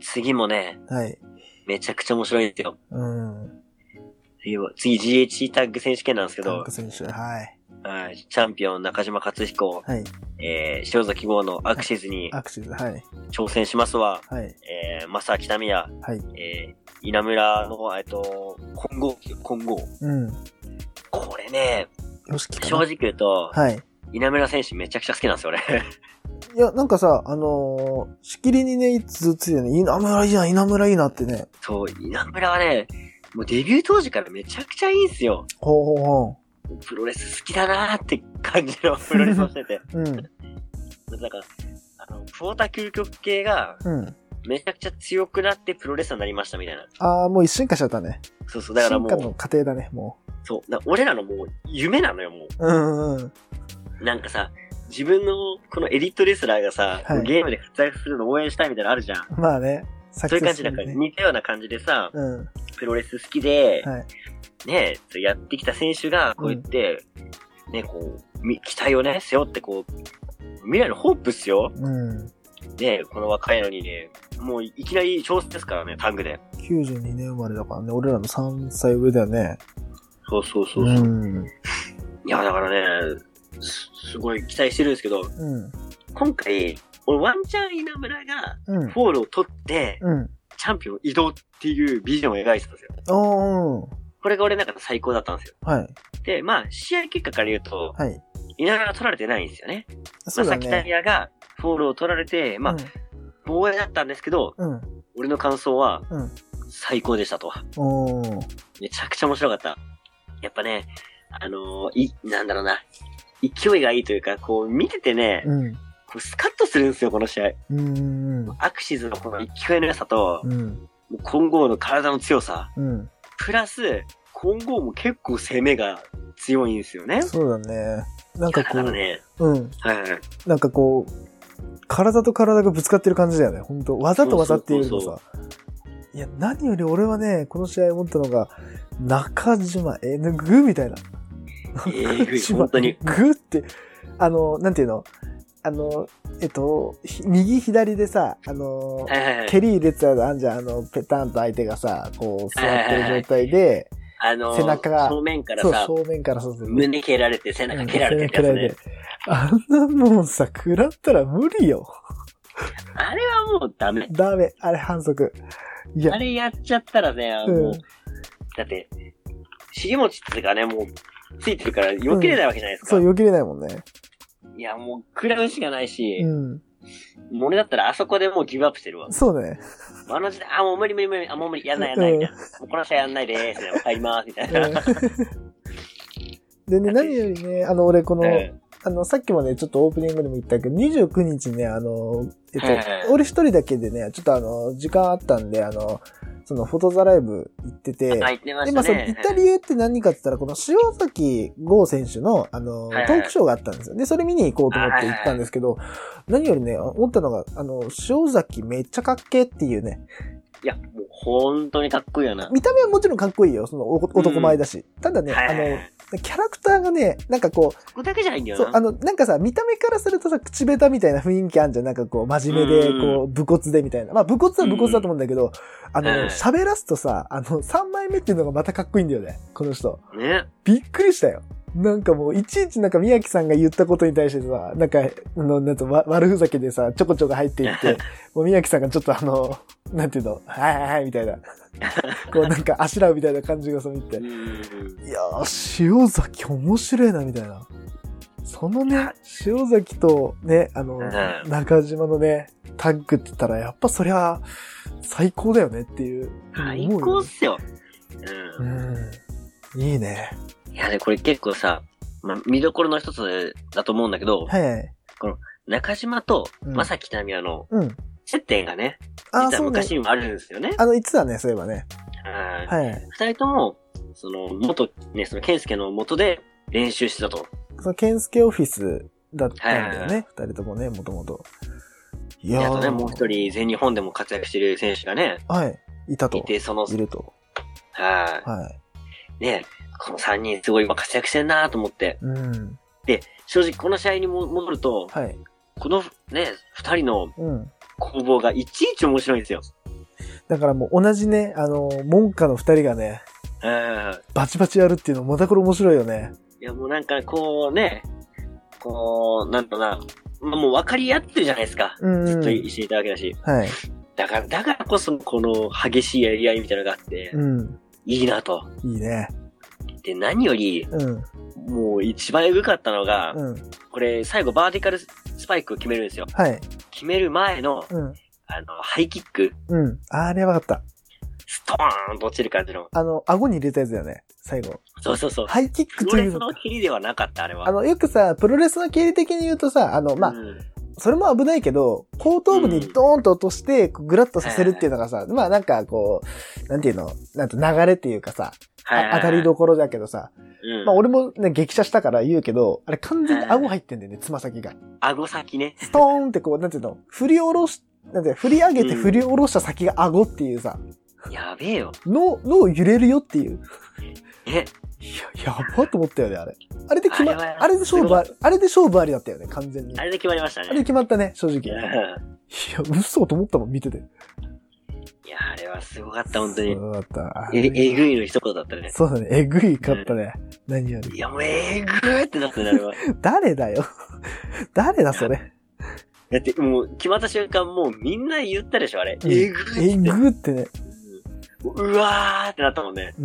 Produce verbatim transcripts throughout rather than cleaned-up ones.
次もね、 はい。 めちゃくちゃ面白いんですよ。 うん。 次は、次 ジーエイチ タッグ選手権なんですけど。 タッグ選手、はい。 はい。チャンピオン中島克彦。 はい。 えー、塩崎豪のアクシズに。 アクシズ、はい。 挑戦しますわ。 はい。 えー、正木民也。 はい。 えー、稲村の、えっと、混合、混合。 うん。 これね、 よしきかな。 正直言うと、 はい。 稲村選手めちゃくちゃ好きなんですよ、俺。 いや、なんかさ、あのー、しきりにね、いつついてね、稲村いいな、稲村いいなってね。 そう、稲村はね、もうデビュー当時からめちゃくちゃいいんすよ。 ほうほうほう。プロレス好きだなーって感じのプロレスをしてて。うん。なんか、あの、クォーター究極系が、うん。めちゃくちゃ強くなってプロレスラーになりましたみたいな。 ああ、もう一進化しちゃったね。 そうそう、だからもう。 進化の過程だね、もう。 そう、だ俺らのもう夢なのよ、もう。うんうん。 なんかさ、自分のこのエリートレスラーがさ、はい、ゲームで活躍するの応援したいみたいなのあるじゃん。 まあね。 そういう感じだから、似たような感じでさ、 うん、 プロレス好きで、はい、ね、やってきた選手がこう言って、うん、ね、こう、期待をね、背負ってこう、未来のホープっすよ。うん、ね、この若いのにね、もういきなり挑戦ですからね、タッグで。 きゅうじゅうにねん生まれだからね、俺らのさんさい上だよね。 そうそうそうそう。うん、いや、だからね、す, すごい期待してるんですけど、うん、今回、俺ワンチャン稲村がフォールを取って、うん、チャンピオン移動っていうビジョンを描いてたんですよ。おー、これが俺の中で最高だったんですよ。はい。で、まあ、試合結果から言うと、はい。稲村が取られてないんですよね。そうだね。まさきたやがフォールを取られて、まあ、うん、防衛だったんですけど、うん、俺の感想は、うん、最高でしたと。おー。めちゃくちゃ面白かった。やっぱね、あのー、い、なんだろうな。勢いがいいというか、こう、見ててね、うん、こうスカッとするんですよ、この試合。うん、アクシズのこの勢いの良さと、うん、混合の体の強さ、うん、プラス、混合も結構攻めが強いんですよね。そうだね。なんかこう、ね、うん。はいはい。なんかこう、体と体がぶつかってる感じだよね、本当技と技っていうよりもさ。そうそうそうそういや、何より俺はね、この試合思ったのが、中島えぬぐみたいな。えぐい、本当に。ぐって、あの、なんていうのあの、えっと、右左でさ、あの、はいはいはい、蹴り入れてたのあんじゃん、あの、ペタンと相手がさ、こう、座ってる状態で、はいはいはい、あのー、背中が、正面からさ、そう、正面からそうそう。胸蹴られて、背中蹴られてるやつね。あんなもんさ、食らったら無理よ。あれはもうダメ。ダメ。あれ反則。いや。あれやっちゃったらね、もう、うん、だって、尻餅ってかね、もう、ついてるから避けれないわけじゃないですか。うん、そう、避けれないもんね。いや、もう、食らうしかないし、うん。もう俺だったらあそこでもうギブアップしてるわ。そうね。あの時代、あ、もう無理無理無理、あ、もう無理、やんないやんない、みたいな。もうこの試合やんないでーす、ね、帰りまーす、みたいな。うん、でね、何よりね、あの、俺この、うん、あの、さっきもね、ちょっとオープニングでも言ったけど、にじゅうくにちね、あの、えっと、俺一人だけでね、ちょっとあの、時間あったんで、あの、そのフォトザライブ行ってて、あ、行ってましたね。で、まあその行った理由って何かって言ったら、この塩崎豪選手の、あの、トークショーがあったんですよ。で、それ見に行こうと思って行ったんですけど、何よりね、思ったのが、あの、塩崎めっちゃかっけーっていうね。いや、もう本当にかっこいいよな。見た目はもちろんかっこいいよ。その男前だし。うん、ただね、はいはいはい、あの、キャラクターがね、なんかこう。そこだけじゃないんだよな。そう、あの、なんかさ、見た目からするとさ、口下手みたいな雰囲気あんじゃん。なんかこう、真面目で、こう、武骨でみたいな。まあ、武骨は武骨だと思うんだけど、あの、喋らすとさ、あの、さんまいめっていうのがまたかっこいいんだよね。この人。ね。びっくりしたよ。なんかもう、いちいちなんか宮城さんが言ったことに対してさ、なんか、あの、なんと、悪ふざけでさ、ちょこちょこ入っていって、もう宮城さんがちょっとあの、なんていうの、はいはいはいみたいな。こうなんか、あしらうみたいな感じがそう見て。いやー、塩崎面白いな、みたいな。そのね、塩崎とね、あの、中島のね、タッグって言ったら、やっぱそりゃ、最高だよねっていう。最高っすよ。うん。うん。いいね。いやね、これ結構さ、まあ、見どころの一つだと思うんだけど、はいはい。この、中島と、まさきたみやの、うん。接点がね、実は昔にもあるんですよね。あの、いつだね、そういえばね。はい。はい。二人とも、その、元、ね、その、ケンスケの元で練習してたと。その、ケンスケオフィスだったんだよね、二人ともね、もともと。いやー。あとね、もう一人、全日本でも活躍してる選手がね、はい。いたと。いて、その、いると。はい。はい。ね、この三人すごい今活躍してんなーと思って。うん。で、正直この試合にも戻ると、はい。このね、二人の攻防がいちいち面白いんですよ。 だからもう同じね、あの、門下の二人がね、 うん。 バチバチやるっていうのもまたこれ面白いよね。 いやもうなんかこうね、こう、なんだな、まあ、もう分かり合ってるじゃないですか。うんうん、ずっと一緒にいたわけだし。 はい。 だから、だからこそこの激しいやり合いみたいなのがあって、うん。いいなと。 いいね。 で、何より、うん。もう一番エグかったのが、うん。これ最後バーティカルスパイクを決めるんですよ。はい。決める前の、うん。あの、ハイキック。 うん。あれやばかった。 ストーンと落ちる感じの。 あの、顎に入れたやつだよね、最後。 そうそうそう。 ハイキックという。 プロレスの蹴りではなかった、あれは。 あの、よくさ、プロレスの蹴り的に言うとさ、あの、まあ、うん、それも危ないけど、後頭部にドーンと落として、グラッとさせるっていうのがさ、うん、まあなんかこう、なんていうの、なんて流れっていうかさ、当たりどころだけどさ、うん、まあ俺もね、激写したから言うけど、あれ完全に顎入ってんだよね、つま先が。 顎先ね。 ストーンってこう、なんていうの、振り下ろし、なんて、振り上げて振り下ろした先が顎っていうさ、 うん、やべえよ。 脳、脳揺れるよっていう。 えいや、やばと思ったよね、あれ。あれで決ま、あ, あれで勝負あり、あれで勝負ありだったよね、完全に。 あれで決まりましたね。 あれで決まったね、正直。いや、嘘と思ったもん、見てて。 いや、あれはすごかった、本当に。 すごかった。 え、えぐいの一言だったね。 そうだね、えぐいかったね。うん、何より。 いや、もうえぐーってなったね、あれは。誰だよ。誰だ、それ。 だって、もう、決まった瞬間、もうみんな言ったでしょ、あれ。 うん、えぐーって。えぐーってね。 うわーってなったもんね。 うん。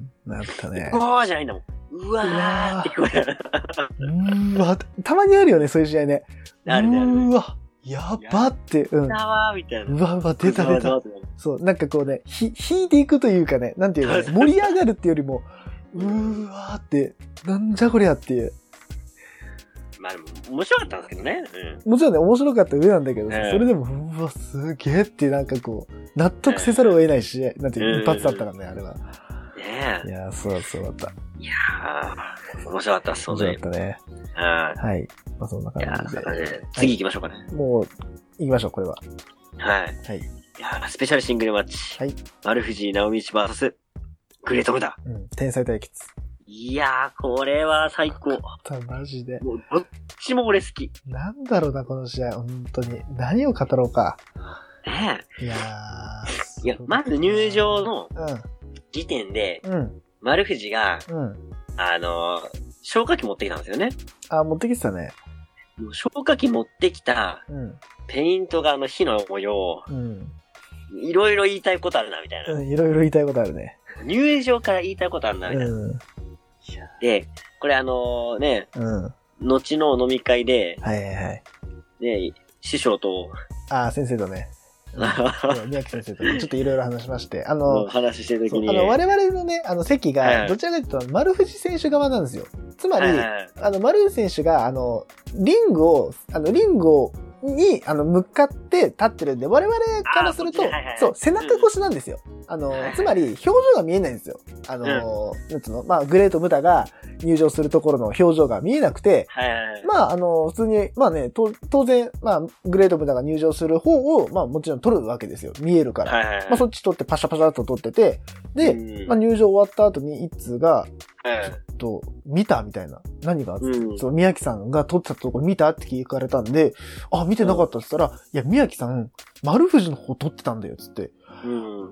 なったね。 うわーじゃないんだもん。うわーって聞こえる。 うわたまにあるよね、そういう試合ね。あるね。うわ、やばって。うん。 うわーみたいな。 うわうわ、出た出た。そう、なんかこうね、ひ、引いていくというかね、なんていうかね、盛り上がるっていうよりも、うーわーって、なんじゃこりゃっていう。 まあでも、面白かったんですけどね。 うん、もちろんね、面白かった上なんだけどさ、うん、それでも、うわ、すげえってなんかこう、納得せざるを得ないし、うん、なんていう一発だったからね、あれは。 ねえ。 いやー、そうそうだった。 いやー、面白かったっす、 面白かったね。はい。まあそんな感じで。いやー、 ね、次行きましょうかね。 はい、もう、行きましょう、これは。 はい。はい。いやー、スペシャルシングルマッチ。はい。丸藤直道 ブイエス グレートムダ。 うん、天才対決。 いやー、これは最高。 マジで。 もう、どっちも俺好き。 なんだろうな、この試合。本当に。何を語ろうか。 ねえ。いやー。いや、まず入場の時点で、うん、丸藤が、うん、あのー、消火器持ってきたんですよね。 あ、持ってきてたね。 もう消火器持ってきた、うん、ペイントがあの火の模様、うん、いろいろ言いたいことあるな、みたいな。 うん、いろいろ言いたいことあるね。 入場から言いたいことあるな、みたいな。うん、で、これあのー、ね、うん、後の飲み会で、 はいはいはい。 ね、師匠と、 ああ、先生とね。宮城先生とちょっといろいろ話しまして、あの、 話してる時に、 あの、我々のね、あの席が、どちらかというと、丸藤選手側なんですよ。つまり、あの、丸藤選手が、あの、リングを、あの、リングを、に、あの、向かって立ってるんで、我々からすると、そう、背中越しなんですよ。あの、つまり、表情が見えないんですよ。あの、なんつうの、まあ、グレートムダが入場するところの表情が見えなくて、まあ、あの、普通に、まあね、当然、まあ、グレートムダが入場する方を、まあ、もちろん撮るわけですよ。見えるから。まあ、そっち撮ってパシャパシャっと撮ってて、で、まあ、入場終わった後に一通が、ちょっと、見たみたいな。何が、うん、そう、宮城さんが撮ってたところ見たって聞かれたんで、あ、見てなかったって言ったら、いや、宮城さん、丸藤の方撮ってたんだよ、つって。うん、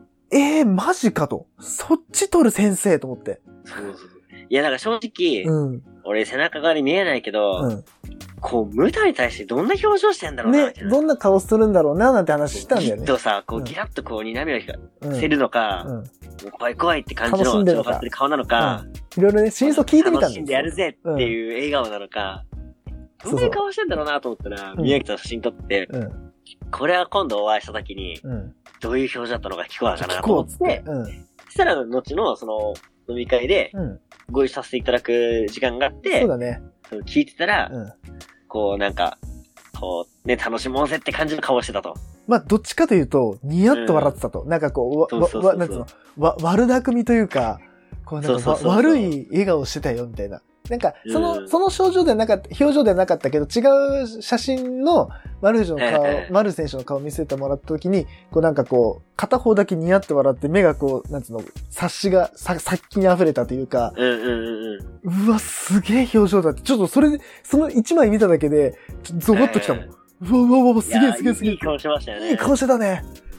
えー、マジかと。そっち撮る先生と思って。 そうそう。いや、だから正直、うん、俺背中側に見えないけど、うん、こう、ムダに対してどんな表情してんだろうな、 ね、どんな顔するんだろうな、なんて話したんだよね。 ギッとさ、こう、ギラッとこう、睨みを引かせるのか、うんうん、怖い怖いって感じの、 楽しんでるのかってる顔なのか、 うん、いろいろね、真相聞いてみたんですよ。 楽しんでやるぜっていう笑顔なのか、うん、どんな顔してんだろうなと思ったら、そうそう宮城さん写真撮って、うん、これは今度お会いした時に、うん、どういう表情だったのか聞こうかなと思って、うん、そしたら、後の、その、飲み会で、ご一緒させていただく時間があって、 そうだね。 聞いてたら、うん、こう、なんか、こう、ね、楽しもうぜって感じの顔してたと。 まあ、どっちかというと、ニヤッと笑ってたと。うん、なんかこう、わ、わ、わ、なんつうの、わ、悪巧みというか、こうなんかそうそうそうそう悪い笑顔してたよ、みたいな。なんか、その、うん、その症状ではなかった、表情ではなかったけど、違う写真の丸藤の顔、丸選手の顔を見せてもらった時に、こうなんかこう、片方だけニヤッと笑って、目がこう、なんつうの、察しが、さ、殺気に溢れたというか、うんうんうん、うわ、すげえ表情だって、ちょっとそれで、その一枚見ただけで、ゾワッときたもん。うわうわうわ、すげえすげえすげえ。 いい顔しましたよね。 いい顔してたね。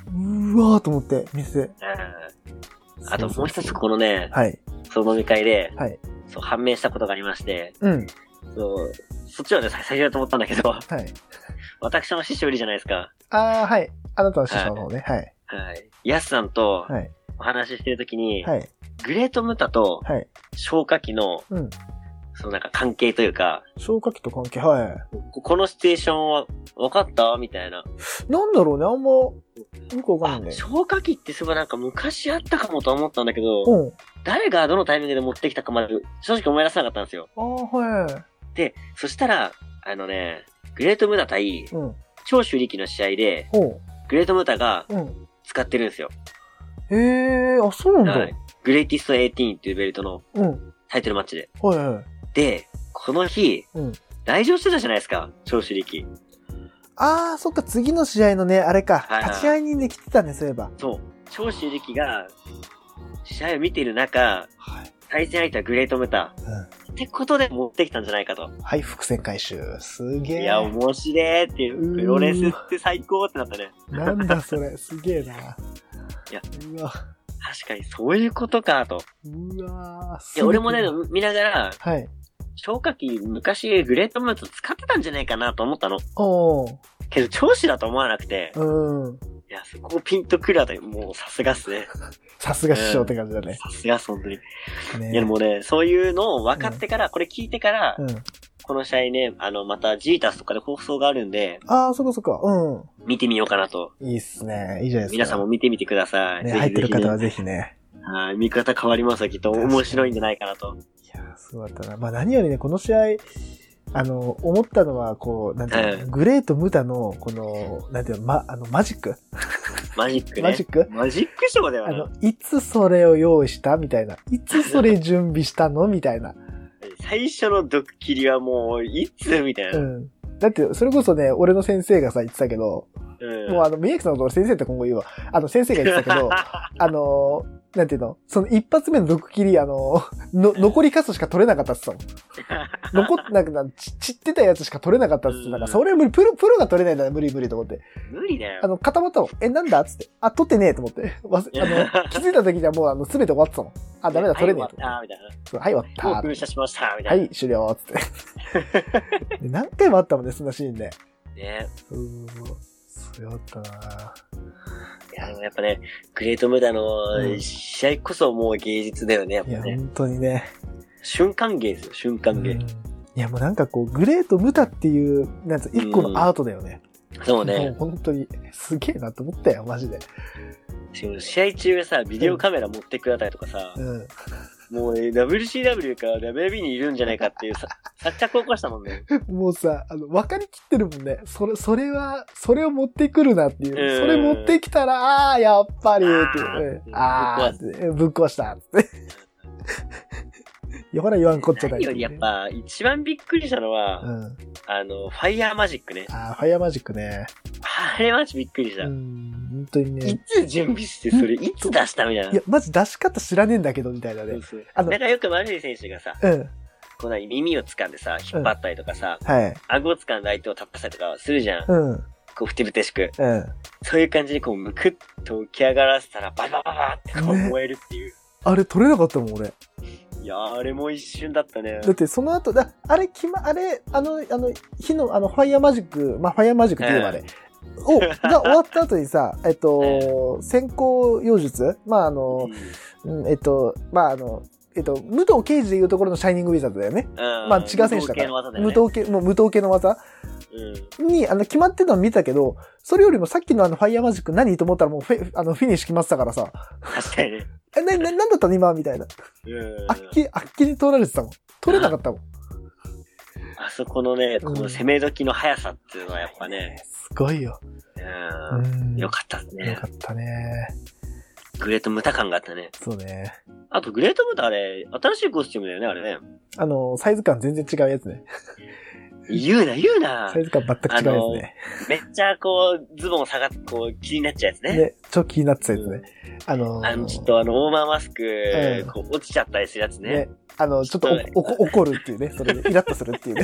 うわーと思って、店。うん。 あともう一つこのね、 はい。 その飲み会で、 はい。 そう、判明したことがありまして、 うん。 そう、そっちはね、最初だと思ったんだけど、はい。私の師匠いるじゃないですか。 ああ、はい。あなたの師匠の方ね、はい。 はい。ヤスさんと、はい。お話ししてるときに、はい。グレートムタと、はい。消火器の、うん。そのなんか関係というか、 消火器と関係、はい。 このシチュエーションは分かったみたいな。 なんだろうね、あんま、よくわかんないね。 消火器ってすごいなんか昔あったかもと思ったんだけど、うん。誰がどのタイミングで持ってきたかまで正直思い出せなかったんですよ。 ああ、はい。 で、そしたら、あのね、グレートムタ対、うん、長州力の試合で、うん、グレートムタが使ってるんですよ。 うん、へえ、あ、そうなんだ。はい。 グレイティストじゅうはちっていうベルトのタイトルマッチで。 はいはい。 で、この日、うん、来場してたじゃないですか、長州力。 あー、そっか、次の試合のね、あれか。はいはい、立ち会いにね、来てたね、そういえば。 そう。長州力が、試合を見ている中、はい、対戦相手はグレートムタ。うん、ってことで持ってきたんじゃないかと。 はい、伏線回収。すげえ。 いや、面白えっていう。プロレスって最高ってなったね。 なんだそれ、すげえな。いや、うわ。確かにそういうことかと。 うわー。いや、俺もね、見ながら、はい。消火器、昔グレートムート使ってたんじゃないかなと思ったの。おー。けど、調子だと思わなくて。うん。いや、そこをピンとくるあたり、もうさすがっすね。 さすが師匠って感じだね。 さすがっす、本当に。ね、いや、もうね、そういうのを分かってから、うん、これ聞いてから、うん、この試合ね、あの、またジータスとかで放送があるんで。 ああ、そこそこ。うん。 見てみようかなと。 いいっすね。いいじゃないですか。 皆さんも見てみてください。 ね、入ってる方はぜひね。 はい、見方変わりますよ、きっと面白いんじゃないかなと。 いやー、そうだったな。まあ何よりね、この試合、あの、思ったのは、こう、なんていうの、うん、グレートムタの、この、なんていうの、ま、あの、マジックマジックね。 マジックマジックショーだよね。 あの、いつそれを用意したみたいな。いつそれ準備したのみたいな。 最初のドッキリはもう、いつみたいな。うん。 だって、それこそね、俺の先生がさ、言ってたけど、うん、もうあの、宮城さんのこと先生って今後言うわ。あの、先生が言ってたけど、あの、なんていうのその一発目の毒切り、あの、の、残りカスしか取れなかったって言ったもん。残っ、なんか、ち、散ってたやつしか取れなかったって言ってたから、それは無理、プロ、プロが取れないんだよ、無理無理と思って。 無理だよ。 あの、固まったの。え、なんだつって。あ、取ってねえと思って。わあの、気づいた時にはもう、あの、すべて終わってたもん。あ、ダメだ、取れねえと。 はい、終わった、みたいな。 そう、はい、終わった。 もう噴射しました、みたいな。はい、終了、つって。何回もあったもんね、そんなシーンで。 ね。 うーん。強かったな。 いや、でもやっぱね、グレートムダの試合こそもう芸術だよね、やっぱね。 いや、本当にね。 瞬間芸ですよ、瞬間芸。 いや、もうなんかこう、グレートムタっていう、なんつう、一個のアートだよね。 そうね。 もう本当に、すげえなと思ったよ、マジで。 試合中さ、ビデオカメラ持ってくださいとかさ、うん、もうね、ダブリューシーダブリュー か ダブリュービー にいるんじゃないかっていうさ、錯覚を起こしたもんね。 もうさ、あの、分かりきってるもんね。それ、それは、それを持ってくるなっていう。うそれ持ってきたら、ああ、やっぱり、っていう。ああ、ぶっ壊した、って。いや、ほら言わんこっちゃない、 ね。何よりやっぱ、一番びっくりしたのは、うん、あの、ファイヤーマジックね。 ああ、ファイヤーマジックね。 あれマジびっくりした。うん、 本当にね。 いつ準備して、それ、いつ出したみたいな。 いや、マジ出し方知らねえんだけど、みたいなね。そうそう。 あの、なんかよくマルリ選手がさ、うん。この耳を掴んでさ、引っ張ったりとかさ、うん、はい。顎を掴んで相手をタッパしたりとかするじゃん。うん。こう、ふてぶてしく。うん。そういう感じで、こう、むくっと浮き上がらせたら、ババババってこう燃えるっていう。ね、 あれ、取れなかったもん、俺。 いやー、あれも一瞬だったね。 だってその後、だあれ、きま、あれ、あの、あの、火の、あの、ファイヤーマジック、まあ、ファイヤーマジックって言えばあれ、を、が終わった後にさ、えっと、先行妖術まあ、あの、うん、えっと、まあ、あの、えっと、武藤敬司でいうところのシャイニングウィザードだよね。うん、まあ、違う選手だから。武藤系、もう武藤系の技、うん、に、あの、決まってたの見たけど、それよりもさっきのあの、ファイヤーマジック何と思ったらもうフェ、あの、フィニッシュ決まってたからさ。 確かにね。 え、な、な、なんだったの今みたいな。あっき、あっきに取られてたもん。取れなかったもん。 あそこのね、この攻め時の速さっていうのはやっぱね。 すごいよ。 うん。よかったね。 よかったね。 グレートムタ感があったね。 そうね。 あと、グレートムタあれ、新しいコスチュームだよね、あれね。 あの、サイズ感全然違うやつね。 言うな、言うな。 サイズ感全く違うやつね。 めっちゃこう、ズボン下がって、こう、気になっちゃうやつね。 ね、超気になってたやつね。あのー、 あの、ちょっとあの、オーバーマスク、うん、こう、落ちちゃったりするやつね。ね。 あの、ちょっとお、お、怒るっていうね。それで、イラッとするっていうね。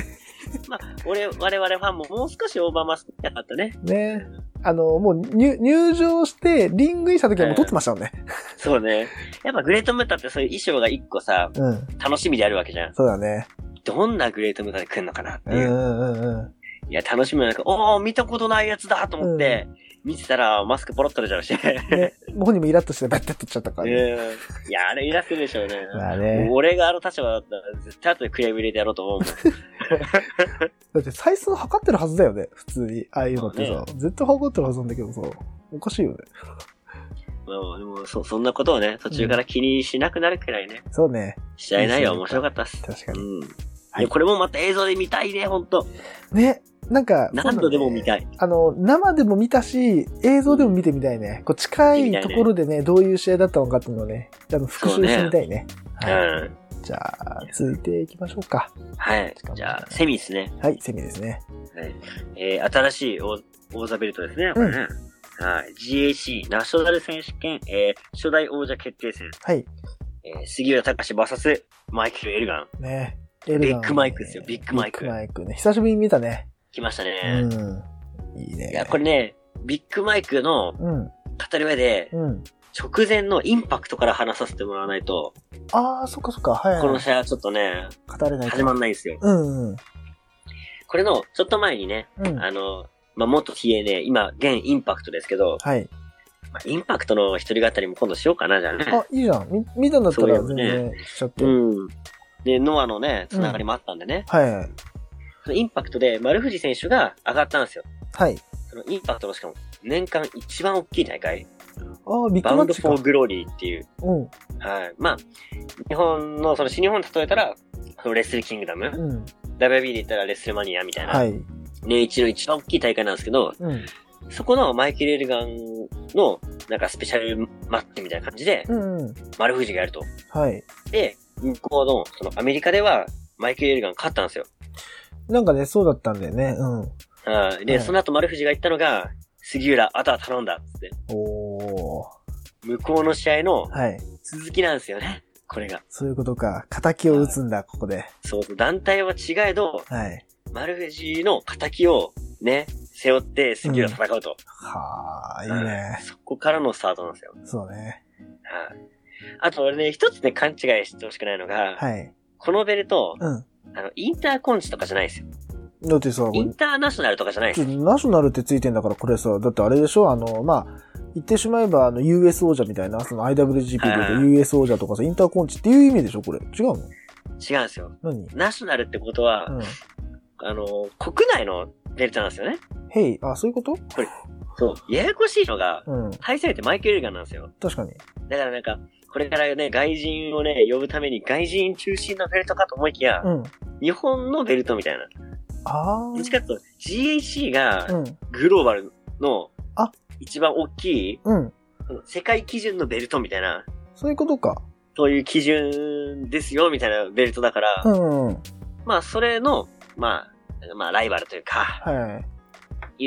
まあ、俺、我々ファンももう少しオーバーマスクしたかったね。 ね。あの、もう入、入場して、リングインした時はもう撮ってましたもんね。 うん、そうね。やっぱグレートムタってそういう衣装が一個さ、うん、楽しみであるわけじゃん。 そうだね。 どんなグレートムタで来るのかなっていう。 うんうんうん。 いや、楽しみなんか、おー、見たことないやつだと思って、うん見てたら、マスクポロッと出ちゃうし。ね。 本人もイラッとしてバッて取っちゃったからね。 いや、あれイラつくでしょうね。 まあね。 俺があの立場だったら、絶対後でクレーム入れてやろうと思うもん。 だって採寸測ってるはずだよね、普通に。ああいうのってさ。ね、絶対測ってるはずなんだけどさ。おかしいよね。 まあ、でも、そ、そんなことをね、途中から気にしなくなるくらいね。 うん、そうね。 試合内容面白かったっす。 確かに。 うん。はい、これもまた映像で見たいね、ほんと。 ね。なんか、 何度でも見たい。 あの、生でも見たし、映像でも見てみたいね。こう近いところでね、どういう試合だったのかっていうのをね、あの復習してみたいね。 はい。うん。 じゃあ、続いていきましょうか。 はい。じゃあ、セミですね。 はい、セミですね。 はい。えー、新しい王王座ベルトですね。これね。うん、はい。ジーエーシー ナショナル選手権、えー、初代王者決定戦。 はい。 えー、杉浦隆 ブイエス マイケル・エルガン。 ね。 エルガン、ね。ビッグマイクですよ、ビッグマイク。 ビッグマイクね。久しぶりに見たね。 来ましたね。 うん。いいね。 いや、これね、ビッグマイクの語り上で、うん、直前のインパクトから話させてもらわないと、 ああ、そっかそっか、はい、はい。 この試合はちょっとね、 語れない。 始まんないんですよ。 うんうん。 これの、ちょっと前にね、うん、あの、まあ、元 ティーエヌエー、今、現インパクトですけど、 はい。 まあ、インパクトの一人語りも今度しようかな、じゃあね。 あ、いいじゃん。み、見たんだったら全然しちゃって。 うん。で、ノアのね、つながりもあったんでね。 うん、はいはい。 そのインパクトで丸藤選手が上がったんですよ。 はい。 そのインパクトのしかも年間一番大きい大会。 ああ、ビッグマッチか。 バウンドフォーグローリーっていう。 うん。 はい。まあ、日本の、その新日本で例えたら、そのレッスルキングダム。うん。ダブリュービー で言ったらレッスルマニアみたいな。 はい。 年一の一番大きい大会なんですけど、うん。そこのマイケル・エルガンの、なんかスペシャルマッチみたいな感じで、うんうん。丸藤がやると。 はい。 で、向こうの、そのアメリカでは、マイケル・エルガン勝ったんですよ。 なんかね、そうだったんだよね。うん。 はい。で、はい、その後丸藤が言ったのが、杉浦、あとは頼んだっつって。 おー。 向こうの試合の、続きなんですよね。はい、これが。 そういうことか。仇を打つんだ、ここで。 そうそう。団体は違えど、 はい。 丸藤の仇をね、背負って杉浦戦うと。 うん、はあ、いいね、 うん。そこからのスタートなんですよ。 そうね。 はい。あと俺ね、一つね、勘違いしてほしくないのが、 はい。 このベルト、 うん。 あの、インターコンチとかじゃないですよ。 だってさ、 インターナショナルとかじゃないですよ。 ナショナルってついてんだから、これさ、だってあれでしょあの、まあ、言ってしまえば、あの、ユーエス 王者みたいな、その アイダブリュージーピー で言うと ユーエス 王者とかさ、インターコンチっていう意味でしょこれ。違うの？ 違うんですよ。 何？ ナショナルってことは、うん、あの、国内のベルトなんですよね。 へい、あ、そういうこと？これ、そう、ややこしいのが、うん、対戦相手マイケル・エルガンなんですよ。 確かに。 だからなんか、これからね、外人をね、呼ぶために外人中心のベルトかと思いきや、うん、日本のベルトみたいな。 ああ。 どっちかというと ジーエーシー がグローバルの一番大きい、うん、世界基準のベルトみたいな。 そういうことか。 そういう基準ですよみたいなベルトだから、 うんうん、 まあそれの、まあ、まあライバルというか、 はい、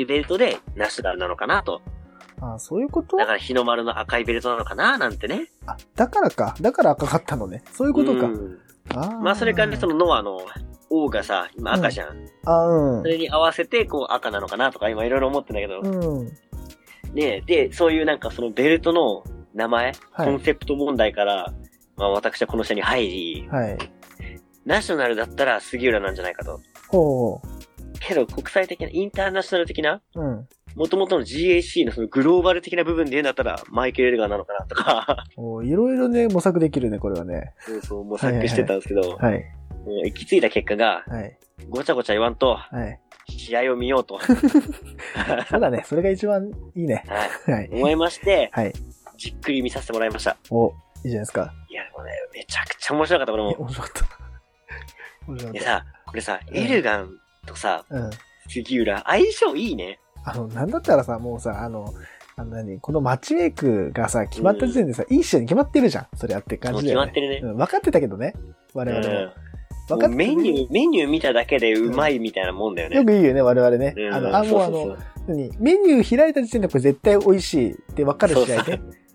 いうベルトでナショナルなのかなと。 ああ、そういうこと？ だから日の丸の赤いベルトなのかななんてね。 あ、だからか。だから赤かったのね。そういうことか。うん、 あまあそれからね、そのノアの王がさ、今赤じゃん。うん、 あうん。 それに合わせて、こう赤なのかなとか今いろいろ思ってんだけど。 うん。 ねで、そういうなんかそのベルトの名前、はい、コンセプト問題から、まあ私はこの下に入り、 はい。 ナショナルだったら杉浦なんじゃないかと。 ほう。 けど国際的な、インターナショナル的な、 うん。 元々の ジーエーシー のそのグローバル的な部分で言うんだったら、マイケル・エルガーなのかなとか。 おいろいろね、模索できるね、これはね。 そうそう、模索してたんですけど。 はい、はいはい。 もう行き着いた結果が、 はい。 ごちゃごちゃ言わんと、 はい。 試合を見ようと。 そうだね、それが一番いいね。 はい。はい。思いまして、 はい。 じっくり見させてもらいました。 お、いいじゃないですか。 いや、もうね、めちゃくちゃ面白かった、これも。 面白かった。面白かった。 でさ、これさ、うん、エルガンとさ、 うん。 杉浦、相性いいね。 あの、なんだったらさ、もうさ、あの、あの何、このマッチメイクがさ、決まった時点でさ、うん、いい試合に決まってるじゃん。それやって感じだよね。 決まってるね。 うん、分かってたけどね。我々も。うん分かってメニュー、メニュー見ただけでうまいみたいなもんだよね。 よく言うよね、我々ね。うん、あの、あ、もうあの、何メニュー開いた時点でこれ絶対美味しいって分かる試合で。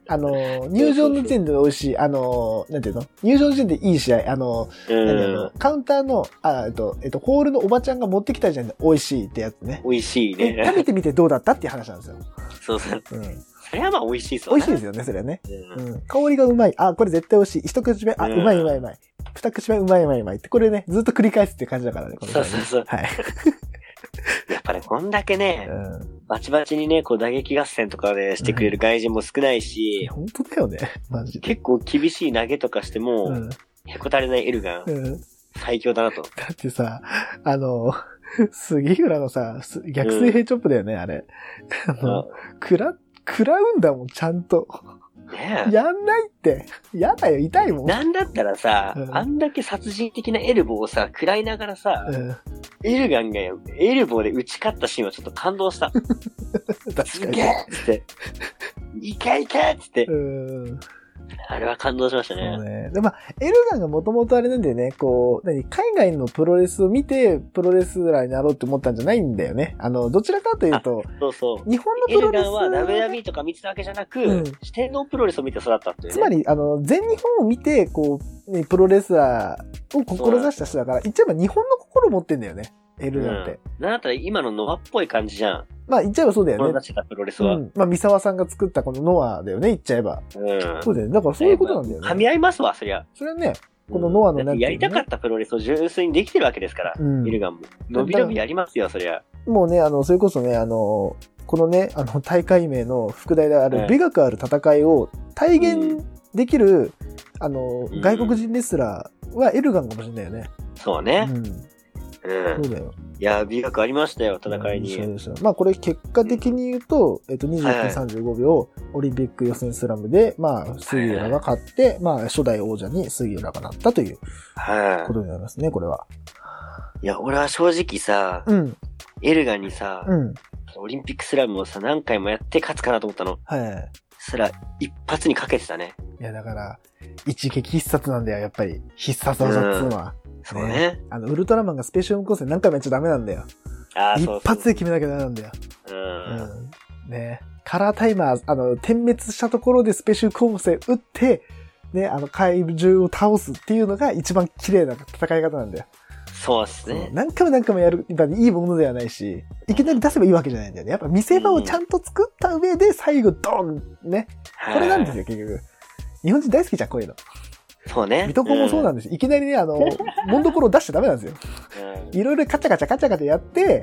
あの、入場の時点で美味しい、あの、なんていうの入場の時点でいい試合、あの、何あのカウンターの、あ、えっと、えっと、ホールのおばちゃんが持ってきたじゃんで美味しいってやつね。 美味しいね。 食べてみてどうだったっていう話なんですよ。 そうそう。うん。それはまあ美味しいそう、 ね。美味しいですよね、それはね。うん。香りがうまい。あ、これ絶対美味しい。一口目、あ、うまいうまいうまい。二口目、うまいうまいうまいって、これね、ずっと繰り返すっていう感じだからね、この、 ね。そうそうそう。はい。やっぱね、こんだけね、うん、バチバチにね、こう打撃合戦とかでしてくれる外人も少ないし、 うん、本当だよね、マジで。 結構厳しい投げとかしても、うん、へこたれないエルガン、うん、最強だなと。 だってさ、あの、杉浦のさ、逆水平チョップだよね、うん、あれ。あの、食ら、食らうんだもん、ちゃんと。ねえ。やんないって。やだよ、痛いもん。 なんだったらさ、うん、あんだけ殺人的なエルボーをさ、食らいながらさ、うん、エルガンがエルボーで打ち勝ったシーンはちょっと感動した。確かに。すげえつって。いけいけつって。うんあれは感動しましたね。そうね。 で、まあ、エルガンがもともとあれなんだよね、こう、何、海外のプロレスを見て、プロレスラーになろうって思ったんじゃないんだよね。あの、どちらかというと、 そうそう。 日本のプロレス。 エルガンは ダブリューダブリューイー とか見てたわけじゃなく、うん、四天王プロレスを見て育ったっていう、ね。 つまり、あの、全日本を見て、こう、ね、プロレスラーを志した人だから、言っちゃえば日本の心を持ってんだよね。エルガンって。 うん、なんだったら今のノアっぽい感じじゃん。 まあ言っちゃえばそうだよね。 この出したプロレスは。うん。 まあ三沢さんが作ったこのノアだよね、言っちゃえば。うん。そうだよね。だからそういうことなんだよね。 噛み合いますわ、そりゃ。 それはね、このノアのね、うん、やりたかったプロレスを純粋にできてるわけですから、うん、エルガンも。伸び伸びやりますよ、そりゃ。 もうね、あの、それこそね、あの、このね、あの、大会名の副題である、美学ある戦いを体現できる、うん、あの、外国人レスラーはエルガンかもしれないよね。 そうね。うん。 うん。そうだよ。 いや、美学ありましたよ、戦いに。 そうですよ。まあこれ結果的に言うと、えっと、にじゅういっぷんさんじゅうごびょう、オリンピック予選スラムで、まあ、杉浦が勝って、まあ、初代王者に杉浦がなったという、ことになりますね、これは。 いや、俺は正直さ、うん、エルガンにさ、うん、オリンピックスラムをさ、何回もやって勝つかなと思ったの。はい。そら、一発にかけてたね。 いや、だから、一撃必殺なんだよ、やっぱり。必殺技っつうのは。 うん、そうね。 あの、ウルトラマンがスペシャル無光線何回もやっちゃダメなんだよ。ああ、そうそう。一発で決めなきゃダメなんだよ。うん。うん、ね。カラータイマー、あの、点滅したところでスペシャル光線打って、ね、あの、怪獣を倒すっていうのが一番綺麗な戦い方なんだよ。 そうですね。 何回も何回もやる、やっぱいいものではないし、いきなり出せばいいわけじゃないんだよね。やっぱ見せ場をちゃんと作った上で最後ドンね。これなんですよ、結局。日本人大好きじゃん、こういうの。 そうね。 水戸黄もそうなんです。うん、いきなりね、あの、もんどころを出しちゃダメなんですよ。いろいろカチャカチャカチャカチャやって、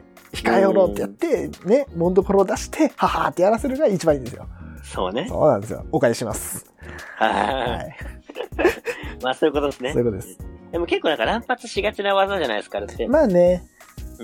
控えよろうってやって、ね、もんどころを出して、ははーってやらせるのが一番いいんですよ。 そうね。 そうなんですよ。お返しします。はい。 まあそういうことですね。 そういうことです。 でも結構なんか乱発しがちな技じゃないですか、あれって。 まあね。 うん。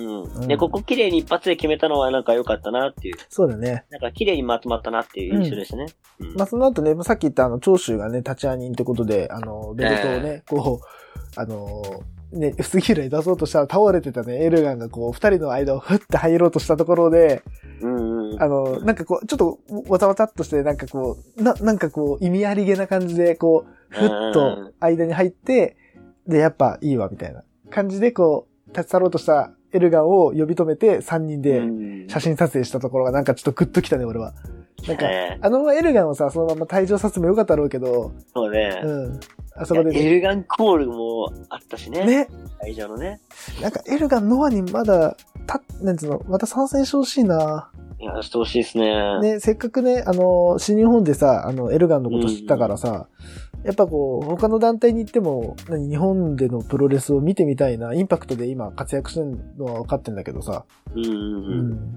で、ここ綺麗に一発で決めたのはなんか良かったなっていう。 そうだね。 なんか綺麗にまとまったなっていう印象でしたね。 うんうん、まあその後ね、さっき言ったあの、長州がね、立ち会い人ってことで、あの、ベルトをね、えー、こう、あの、ね、杉浦に出そうとしたら倒れてたね、エルガンがこう、二人の間をふって入ろうとしたところで、うんうん、あの、なんかこう、ちょっとわたわたっとして、なんかこう、な、なんかこう、意味ありげな感じで、こう、ふっと間に入って、で、やっぱいいわ、みたいな感じで、こう、立ち去ろうとしたエルガンを呼び止めて、三人で写真撮影したところがなんかちょっとグッときたね、俺は。なんか、あのエルガンをさ、そのまま退場させてもよかったろうけど。 そうね。 うん。あそこで、 ね。エルガンコールもあったしね。ね。退場のね。 なんかエルガンノアにまだ、た、なんつうの、また参戦してほしいな。 いや、してほしいですね。 ね、せっかくね、あの、新日本でさ、あの、エルガンのこと知ったからさ、うん、やっぱこう、他の団体に行っても、何、日本でのプロレスを見てみたいな、インパクトで今活躍してるのは分かってんだけどさ。うんうんうん。 うん、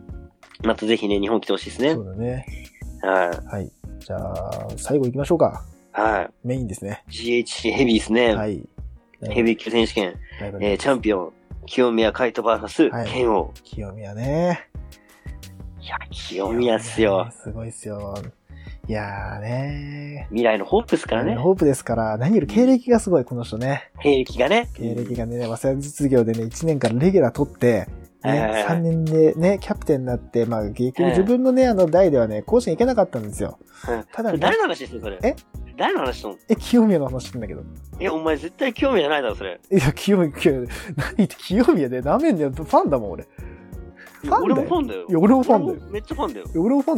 またぜひね、日本来てほしいですね。 そうだね。 はい。 はい。じゃあ、最後行きましょうか。 はい。 メインですね。 ジーエイチシー ヘビーですね。はい。ヘビー級選手権、えー、チャンピオン、清宮海斗 ブイエス 剣王。 清宮ね。 いや、清宮っすよ。 すごいっすよ。いやーねー。未来のホープですからね。 ホープですから、何より経歴がすごい、この人ね。 経歴がね。 経歴がね、早稲田実業でね、いちねんからレギュラー取って、ね、さんねんでね、キャプテンになって、まあ、結局自分のね、あの、代ではね、甲子園行けなかったんですよ。 ただ、ね、誰の話してるそれ。え誰の話してんのえ、清宮の話してんだけど。 え、お前絶対清宮じゃないだろ、それ。 いや、清宮、清宮、何言って清宮で、なめんだよ。ファンだもん、俺。 ファンだよ。俺もファンだよ。 いや、俺もファンだよ。 めっちゃファンだよ。 俺もファンだよ。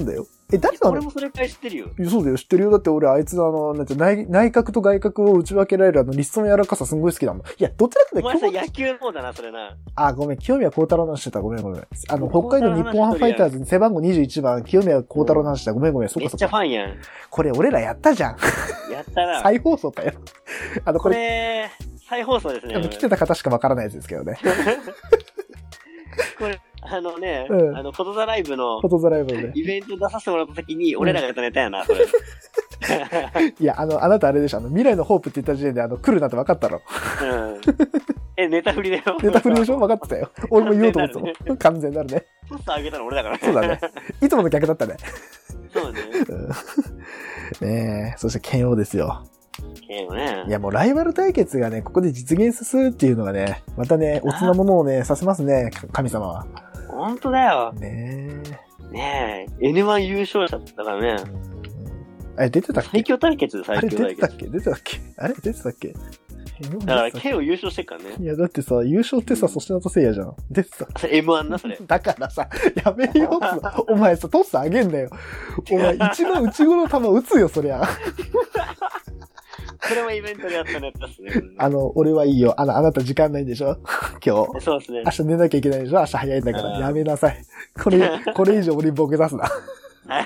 え、誰なの？ 俺もそれくらい知ってるよ。 いや、そうだよ、知ってるよ。だって俺、あいつのあの、なんて内、内角と外角を打ち分けられるあの、リストの柔らかさすんごい好きだもん。いや、どちらかお前さ、野球の方だな、それな。 あ、ごめん、清宮幸太郎の話してた。ごめんごめん。あの、北海道日本ハムファイターズに背番号にじゅういちばん、清宮幸太郎の話した。ごめんごめん、そっかそっか。 めっちゃファンやん。 これ、俺らやったじゃん。 やったな。 再放送かよ。あの、これ、 これ再放送ですね。 あの、来てた方しかわからないやつですけどね。 これ、あのね、 うん、 あの、フォトザライブの、 フォトザライブで。 イベント出させてもらった時に、俺らがやったネタやな、それ。 いや、あの、あなたあれでしょ、あの、未来のホープって言った時点で、あの、来るなって分かったろ。 うん。え、ネタ振りだよ。 ネタ振りでしょ分かってたよ。俺も言おうと思ってたもん。ね、完全なるね。 ポスターあげたの俺だからね。 そうだね。いつもの逆だったね。 そうね。 うん、ねえ、そして剣王ですよ。 剣王ね。 いや、もうライバル対決がね、ここで実現するっていうのがね、またね、おつなものをね、させますね、神様は。 ほんとだよ。 ねえ。ねえ、エヌワン 優勝者だからね。 あれ、出てたっけ？ 最強対決、最強対決。 あれ、出てたっけ？出てたっけ？あれ、出てたっけ？ だから、剣を優勝してっからね。 いや、だってさ、優勝ってさ、粗品とせいやじゃん。出てた。 エムワン な、それ。 だからさ、やめよう。お前さ、トスあげんなよ。お前、一番内頃の球打つよ、そりゃ。 これもイベントでやったネタっすね。 あの、俺はいいよ。あの、あなた時間ないんでしょ今日。 そうですね。 明日寝なきゃいけないでしょ明日早いんだから。やめなさい。これ、これ以上俺にボケ出すな。 はい。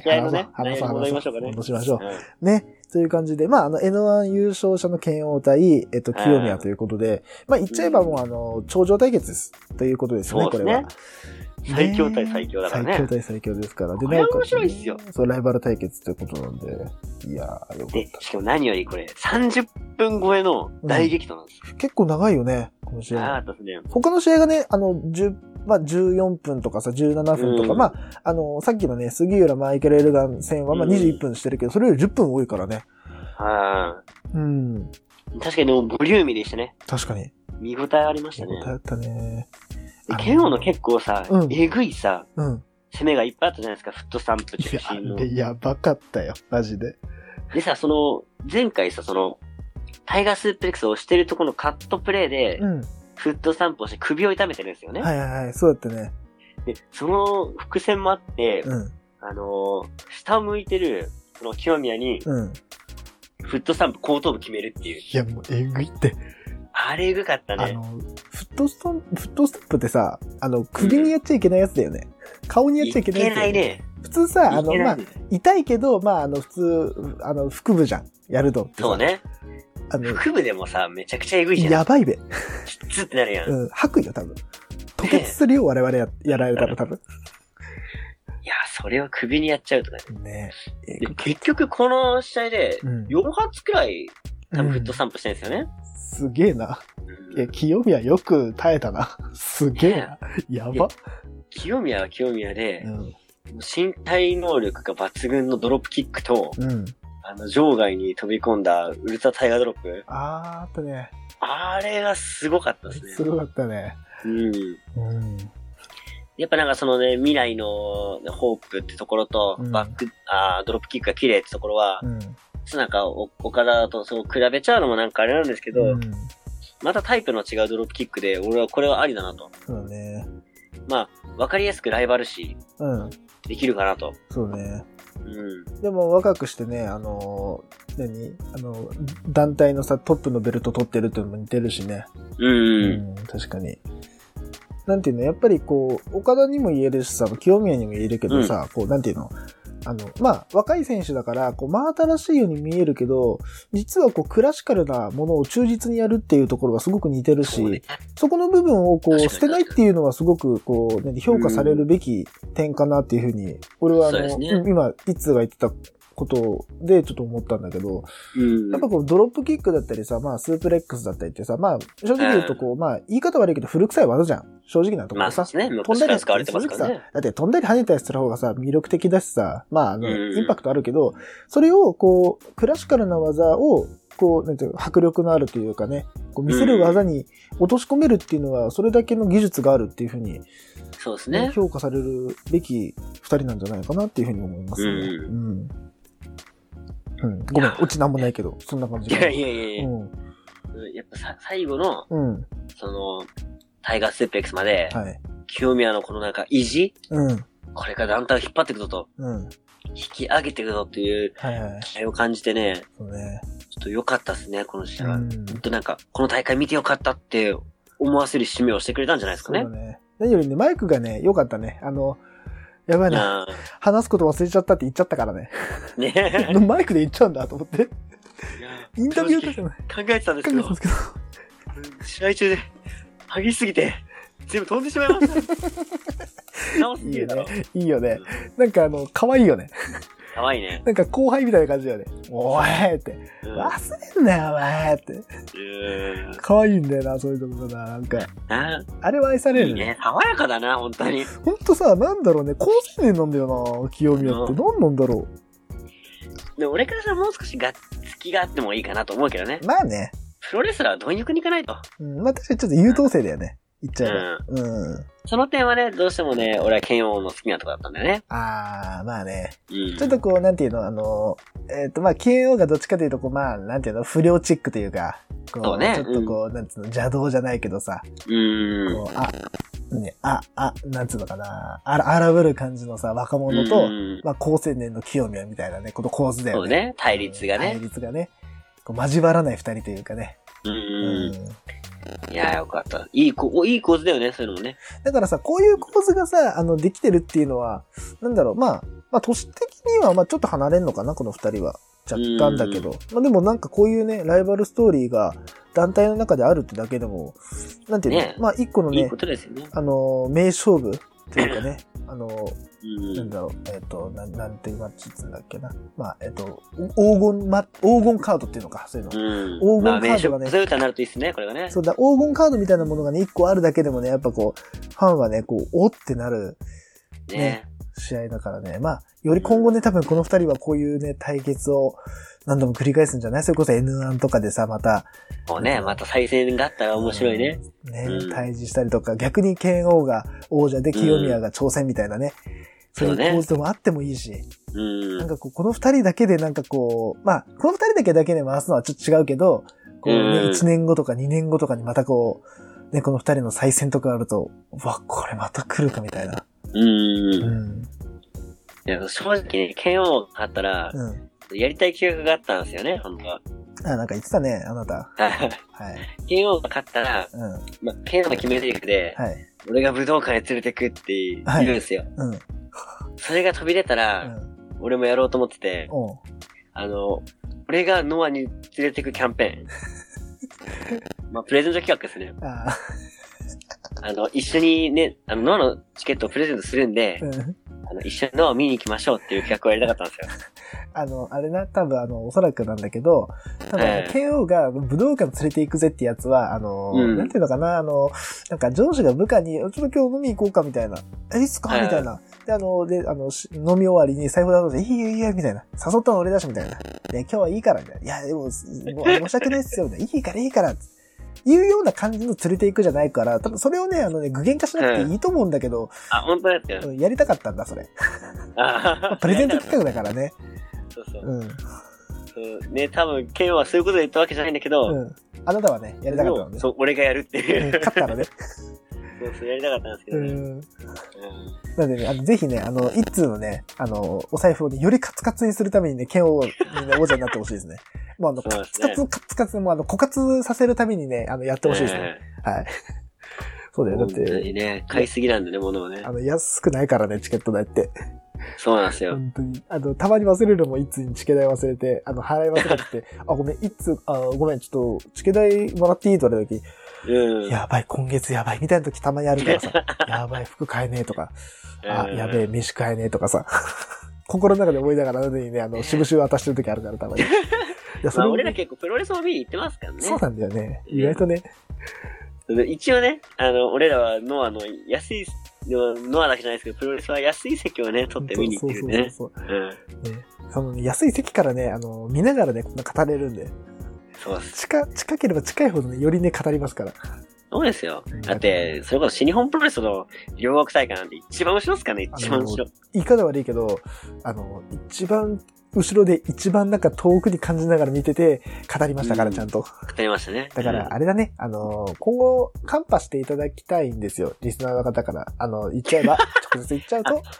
試合のね、話戻りましょうかね。 戻しましょう。ね。という感じで、まあ、あの、エヌワン 優勝者の剣王対、えっと、清宮ということで、まあ、言っちゃえばもう、あの、頂上対決です。ということですね、これは。 最強対最強だからね。 最強対最強ですから。 で、なんか面白いっすよ。 そう、ライバル対決ということなんで。いやー、よかった。 で、しかも何よりこれ、さんじゅっぷん超えの大激闘なんです。 結構長いよね、この試合。 長かったですね。 他の試合がね、あの、じゅう、まあ、じゅうよんぷんとかさ、じゅうななふんとか、うん、まあ、あの、さっきのね、杉浦マイケル・エルガン戦は、まあ、にじゅういっぷんしてるけど、それよりじゅっぷん多いからね。 はい。 うん。 確かにでも、ボリューミーでしたね。 確かに。 見応えありましたね。 見応えあったね。 剣王の結構さ、うん、えぐいさ、 うん、 攻めがいっぱいあったじゃないですか、フットスタンプ中心の。 いや、やばかったよ、マジで。 でさ、その、前回さ、その、タイガースープレックスをしてるとこのカットプレイで、うん、フットスタンプをして首を痛めてるんですよね。 はいはいはい、そうだったね。 で、その伏線もあって、うん、あのー、下を向いてる、その清宮に、うん、フットスタンプ後頭部決めるっていう。 いや、もうえぐいって。 あれえぐかったね。 あの、フットスタンプ、フットスタンプってさ、あの、首にやっちゃいけないやつだよね。うん、顔にやっちゃいけないやつだよね。いけないね。普通さ、あの、まあ、痛いけど、まあ、あの、普通、あの、腹部じゃん。やるとってさ。 そうね。あの、腹部でもさ、めちゃくちゃえぐいじゃん。 やばいべ。 きつってなるやん。 うん、吐くよ、多分。吐血するよ、我々や、やられたら多分。 いや、それを首にやっちゃうとかね。 ねえ。結局、この試合で、よん発くらい、多分フットスタンプしてるんですよね。 うんすげえな。いや、清宮よく耐えたな。すげえな。やば。 清宮は清宮で、うん、身体能力が抜群のドロップキックと、うん、あの、場外に飛び込んだウルトラタイガードロップ。 あーあったね。 あれがすごかったですね。 すごかったね。 うん。うん、やっぱなんかそのね、未来のホープってところと、うん、バック、あードロップキックが綺麗ってところは、うんなんか、岡田とそう比べちゃうのもなんかあれなんですけど、うん、またタイプの違うドロップキックで、俺はこれはありだなと。 そうね。 まあ、わかりやすくライバル視できるかなと。 そうね。うん。でも若くしてね、あの、何あの、団体のさ、トップのベルト取ってるっていうのも似てるしね。 うん、うん。 確かに。なんていうの、やっぱりこう、岡田にも言えるしさ、清宮にも言えるけどさ、うん、こう、なんていうの、あの、まあ、若い選手だから、こう、真新しいように見えるけど、実はこう、クラシカルなものを忠実にやるっていうところがすごく似てるし、そ,、ね、そこの部分をこう、捨てないっていうのはすごく、こう、評価されるべき点かなっていうふうに、俺はあの、ね、今、いつが言ってたことでちょっと思ったんだけど、うん、やっぱこうドロップキックだったりさ、まあスープレックスだったりってさ、まあ正直言うとこう、うん、まあ言い方悪いけど古臭い技じゃん。正直なところさ。 まあ、ね、飛んだり使われてますからね。 だって飛んだり跳ねたりする方がさ、魅力的だしさ、まああの、うん、インパクトあるけど、それをこう、クラシカルな技を、こう、なんていうか、迫力のあるというかね、こう見せる技に落とし込めるっていうのは、それだけの技術があるっていうふうに、 そうですね。 評価されるべき二人なんじゃないかなっていうふうに思いますね。うん。うんうん、ごめん、オチなんもないけど、そんな感じ。 いやいやいやいや。うん、やっぱさ、最後の、うん、その、タイガースープレックスまで、はい、清宮のこのなんか意地、うん、 これから団体を引っ張っていくぞと。うん。引き上げていくぞっていう期待を感じてね。はいはい、そうね。ちょっと良かったですね、この試合は。うん。ほんとなんか、この大会見てよかったって思わせる締めをしてくれたんじゃないですかね。そうだね。 何よりね、マイクがね、良かったね。あの、やばいな。話すこと忘れちゃったって言っちゃったからね。ねマイクで言っちゃうんだと思って。インタビューとしても考えてたんですけど。考えてたんですけど。試合中で、激しすぎて、全部飛んでしまいました。 いいよね。いいよね。なんかあの、可愛いよね。 可愛いね。 なんか後輩みたいな感じだよね。おーいって。うん、忘れんなよ、お前って。可愛いんだよな、そういうところな。なんか。あ, あれは愛されるね。 いいね。爽やかだな、本当に。 ほんとさ、なんだろうね。高青年なんだよな、清宮って。何なんだろう。で俺からしたらもう少しがっつきがあってもいいかなと思うけどね。 まあね。 プロレスラーは貪欲に行かないと。 うん、まあ確かにちょっと優等生だよね。言っちゃえば。うん。 うん。その点はね、どうしてもね、俺は剣王の好きなとこだったんだよね。 あー、まあね。うん。ちょっとこう、なんていうの、あの、えっと、まあ、剣王がどっちかというと、こう、まあ、なんていうの、不良チックというか、こう、そうね、ちょっとこう、うん、なんつうの、邪道じゃないけどさ。うん。こう、あ、ね、あ、あ、なんつうのかな、あら、荒ぶる感じのさ、若者と、まあ、高青年の清宮みたいなね、この構図だよね。 そうね、対立がね。 対立がね。こう、交わらない二人というかね。 うん。うんいやーよかった。いいこ、いい構図だよね、そういうのもね。 だからさ、こういう構図がさ、あの、できてるっていうのは、なんだろう、まあ、まあ、都市的には、まあ、ちょっと離れんのかな、この二人は。若干だけど。まあ、でもなんかこういうね、ライバルストーリーが団体の中であるってだけでも、なんていうの、ね、まあ、一個のね、いいことですよね。あの、名勝負っていうかね、あの、なんだろう、えっ、ー、と、なん、なんていうマッチっつうんだっけな。まあ、えっ、ー、と、黄金マ、黄金カードっていうのか、そういうの。うん、黄金カードがね。まあ、 そういう歌になるといいっすね、これがね。 そうだ、黄金カードみたいなものがね、一個あるだけでもね、やっぱこう、ファンはね、こう、おってなる、ね、ね試合だからね。まあ、より今後ね、多分この二人はこういうね、対決を何度も繰り返すんじゃない？それこそ エヌワン とかでさ、また。 もうね、また再戦があったら面白いね。 うん、ね、うん、対峙したりとか、逆に剣王が王者で清宮が挑戦みたいなね。うん、そういう構図もあってもいいし。うん、なんかこう、この二人だけでなんかこう、まあ、この二人だけだけで回すのはちょっと違うけど、こうね、いちねんごとかにねんごとかにまたこう、ね、この二人の再戦とかあると、わ、これまた来るかみたいな。うん。うんいや正直ね、剣王が勝ったら、うん、やりたい企画があったんですよね、本当は。 あ、なんか言ってたね、あなた。 はい。剣王が勝ったら、うん、ま、剣王の決め台詞で、はい、俺が武道館へ連れてくって言うんですよ。はい、うん。それが飛び出たら、うん、俺もやろうと思ってて、あの、俺がノアに連れてくキャンペーン。まあ、プレゼント企画ですね。ああの、一緒にね、あの、ノアのチケットをプレゼントするんで、うんあの、一緒にノアを見に行きましょうっていう企画をやりたかったんですよ。 あの、あれな、多分あの、おそらくなんだけど、多分、えー、ケーオー が武道館連れて行くぜってやつは、あの、うん、なんていうのかな、あの、なんか上司が部下に、ちょっと今日飲み行こうかみたいな。え、いつかみたいな。で、あの、で、あの、飲み終わりに財布出して、いいよいいよ、みたいな。誘ったの俺だし、みたいな。で、今日はいいから、みたいな。いや、でも、もう申し訳ないっすよ、みたいな。いいからいいから、いうような感じの連れて行くじゃないから、多分それをね、あのね、具現化しなくていいと思うんだけど。うん、 あ、本当ですよ。 やりたかったんだ、それ。あプレゼント企画だからね。 そうそう。うん。そうね、多分、ケンはそういうことで言ったわけじゃないんだけど。うん。 あなたはね、やりたかったのね。 そう、俺がやるっていう。 勝ったらね。 そうそう、やりたかったんですけどね。うん。 なんでね、あの、ぜひね、あの、一通のね、あの、お財布をね、よりカツカツにするためにね、ケン王にね、王者になってほしいですね。もうあの、カツカツ、カツカツ、もうあの、枯渇させるためにね、あの、やってほしいですね。はい。そうだよ、だって。本当にね、買いすぎなんだね、物をね。 あの、安くないからね、チケット代って。 そうなんですよ。 本当に。あの、たまに忘れるのも一通にチケ代忘れて、あの、払い忘れてて、あ、ごめん、一通、あ、ごめん、ちょっと、チケ代もらっていいと言われた時、うん、やばい、今月やばい、みたいな時たまにあるからさ、やばい、服買えねえとか、あ、やべえ、飯買えねえとかさ、心の中で思いながら、なのにね、あの、渋々渡してる時あるから、たまに。いや、それ、まあ、俺ら結構プロレスを見に行ってますからね。 そうなんだよね。意外とね。 一応ね、あの、俺らはノアの安い、ノアだけじゃないですけど、プロレスは安い席をね、取って見に行ってるね。そうそうそうそう。うん。ね、 その、ね、安い席からね、あの、見ながらね、こんな語れるんで。 そうです。 近、近ければ近いほどね、よりね、語りますから。 そうですよ。だって、それこそ新日本プロレスの両国大会なんて一番後ろっすかね、一番後ろ。 言い方悪いけど、あの、一番後ろで一番なんか遠くに感じながら見てて、語りましたから、ちゃんと。語りましたね。 だから、あれだね、あの、今後、カンパしていただきたいんですよ、リスナーの方から。あの、言っちゃえば、直接言っちゃうと、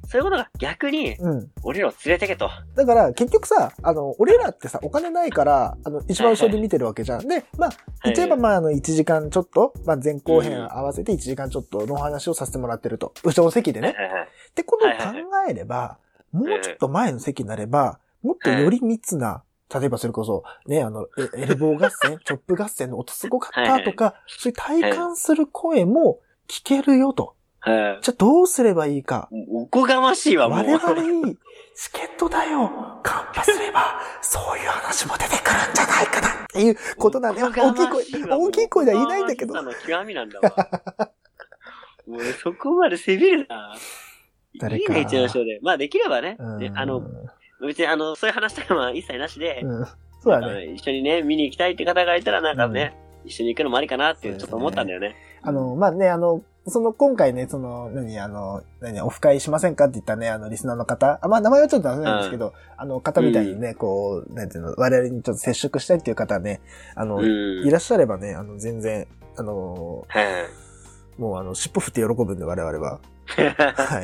そういうことが逆に、うん。俺らを連れてけと。 だから、結局さ、あの、俺らってさ、お金ないから、あの、一番後ろで見てるわけじゃん。はいはい、で、まあ、言っちゃえば、まあ、あの、いちじかんちょっと、まあ、前後編合わせていちじかんちょっとのお話をさせてもらってると。後ろの席でね。はいはいはい、ってことを考えれば、はいはいはい、もうちょっと前の席になれば、もっとより密な、例えばそれこそ、ね、あの、エルボー合戦、チョップ合戦の音すごかったとか、はいはい、そういう体感する声も聞けるよと。はい、じゃあどうすればいいか。 おこがましいわ、もう。 我々に、チケット代をカンパすれば、そういう話も出てくるんじゃないかなっていうことなんだよ。大きい声、大きい声では言えないんだけど。 の極みなんだわ。もうそこまでせびるな。誰か。いいね、一応のショーで。まあできればね。ねあの、別にあの、そういう話とかは一切なしで、うん、そうだね。一緒にね、見に行きたいって方がいたらなんかね、うん、一緒に行くのもありかなってちょっと思ったんだよね。 あの、まあね、あの、その今回ね、その、何、あの、何、オフ会しませんかって言ったね、あの、リスナーの方、あ、まあ名前はちょっと出せないんですけど、うん、あの、方みたいにね、こう、なんていうの、我々にちょっと接触したいっていう方ね、あの、うん、いらっしゃればね、あの、全然、あの、もうあの、尻尾振って喜ぶんで、我々は。はい。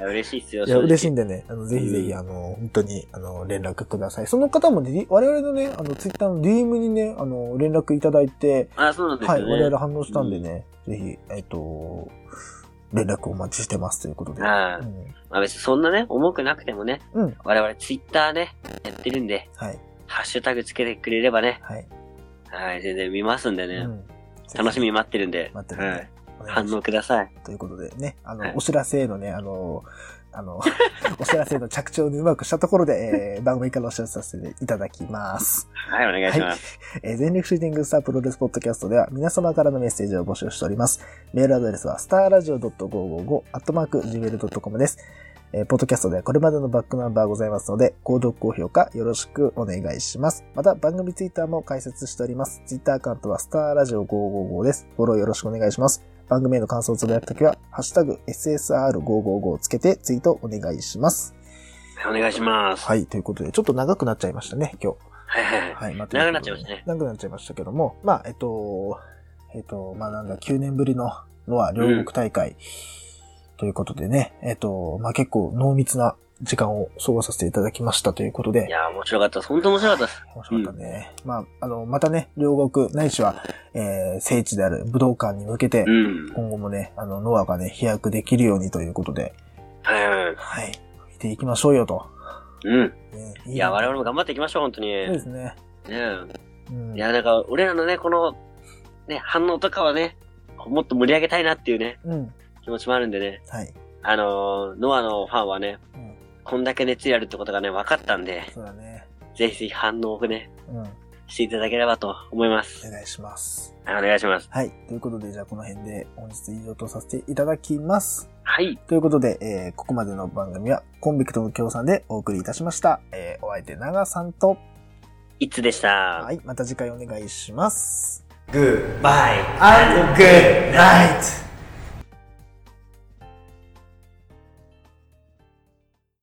嬉しいっすよ。 いや、嬉しいんでね、あの、ぜひぜひ、あの、本当に、あの、連絡ください。その方もね、我々のね、あの、ツイッターの ディーエム にね、あの、連絡いただいて、 あ、そうなんですね。 はい、我々反応したんでね、うん、ぜひ、えっと、連絡お待ちしてますということで。 ああ。うん、まあ別にそんなね、重くなくてもね、うん、我々ツイッターね、やってるんで、はい。ハッシュタグつけてくれればね、はい。はい、全然見ますんでね、うん、楽しみに待ってるんで、待ってるんで。はい反応ください。 ということでね、あの、はい、お知らせへのね、あの、あの、お知らせの着地をうまくしたところで、えー、番組からお知らせさせていただきます。 はい、お願いします。 はい、えー、全力シューティングスタープロレスポッドキャストでは皆様からのメッセージを募集しております。メールアドレスはスターラジオ ドットごーごーご アットマーク ジーメール ドットコム です。えー、ポッドキャストではこれまでのバックナンバーございますので、購読高評価よろしくお願いします。また番組ツイッターも開設しております。ツイッターアカウントはスターラジオごーごーごです。フォローよろしくお願いします。番組への感想をつぶやくときは、ハッシュタグ エスエスアールごーごーご をつけてツイートお願いします。 お願いします。 はい、ということで、ちょっと長くなっちゃいましたね、今日。 はいはいはい。はい、また長くなっちゃいましたね。 長くなっちゃいましたけども、まあ、えっと、えっと、まあなんだ、きゅうねんぶりのノア両国大会、うん、ということでね、えっと、まあ結構濃密な時間を過ごさせていただきましたということで。 いやー、面白かった。本当面白かったです。 面白かったね。うん、まあ、あの、またね、両国、ないしは、えー、聖地である武道館に向けて、うん、今後もね、あの、ノアがね、飛躍できるようにということで、 はいはい。 はい。見ていきましょうよと。 うん。ね、いいいや、我々も頑張っていきましょう、本当に。 そうですね。 ねうん。いや、なんか、俺らのね、この、ね、反応とかはね、もっと盛り上げたいなっていうね、うん、気持ちもあるんでね。はい。あのー、ノアのファンはね、うんこんだけ熱意あるってことがね、分かったんで。 そうだね。 ぜひぜひ反応をね、うん。していただければと思います。 お願いします。 はい、お願いします。 はい。ということで、じゃあこの辺で本日以上とさせていただきます。 はい。 ということで、えー、ここまでの番組はコンビクトの協賛でお送りいたしました。えー、お相手長さんと、 いつでした。 はい。また次回お願いします。 Goodbye and good night!